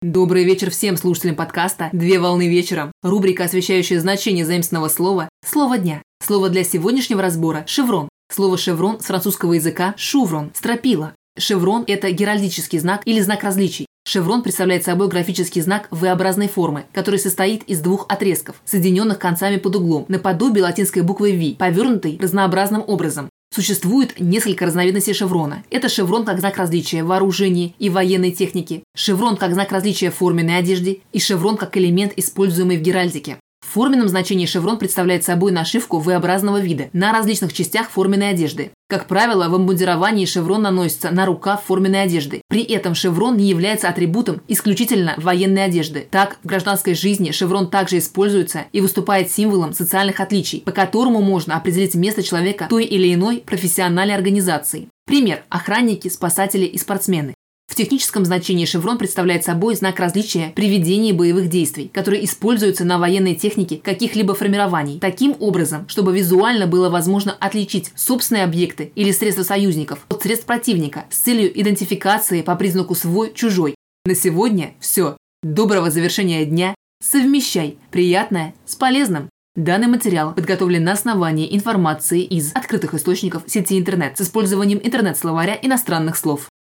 Добрый вечер всем слушателям подкаста «Две волны вечером». Рубрика, освещающая значение заимственного слова «Слово дня». Слово для сегодняшнего разбора – «шеврон». Слово «шеврон» с французского языка «шуврон» – «стропила». Шеврон – это геральдический знак или знак различий. Шеврон представляет собой графический знак V-образной формы, который состоит из двух отрезков, соединенных концами под углом, наподобие латинской буквы V, повернутой разнообразным образом. Существует несколько разновидностей шеврона. Это шеврон как знак различия в вооружении и военной технике, шеврон как знак различия в форменной одежде и шеврон как элемент, используемый в геральдике. В форменном значении шеврон представляет собой нашивку V-образного вида на различных частях форменной одежды. Как правило, в обмундировании шеврон наносится на рукав форменной одежды. При этом шеврон не является атрибутом исключительно военной одежды. Так, в гражданской жизни шеврон также используется и выступает символом социальных отличий, по которому можно определить место человека в той или иной профессиональной организации. Пример – охранники, спасатели и спортсмены. В техническом значении шеврон представляет собой знак различия при ведении боевых действий, который используется на военной технике каких-либо формирований, таким образом, чтобы визуально было возможно отличить собственные объекты или средства союзников от средств противника с целью идентификации по признаку свой-чужой. На сегодня все. Доброго завершения дня. Совмещай приятное с полезным. Данный материал подготовлен на основании информации из открытых источников сети интернет с использованием интернет-словаря иностранных слов.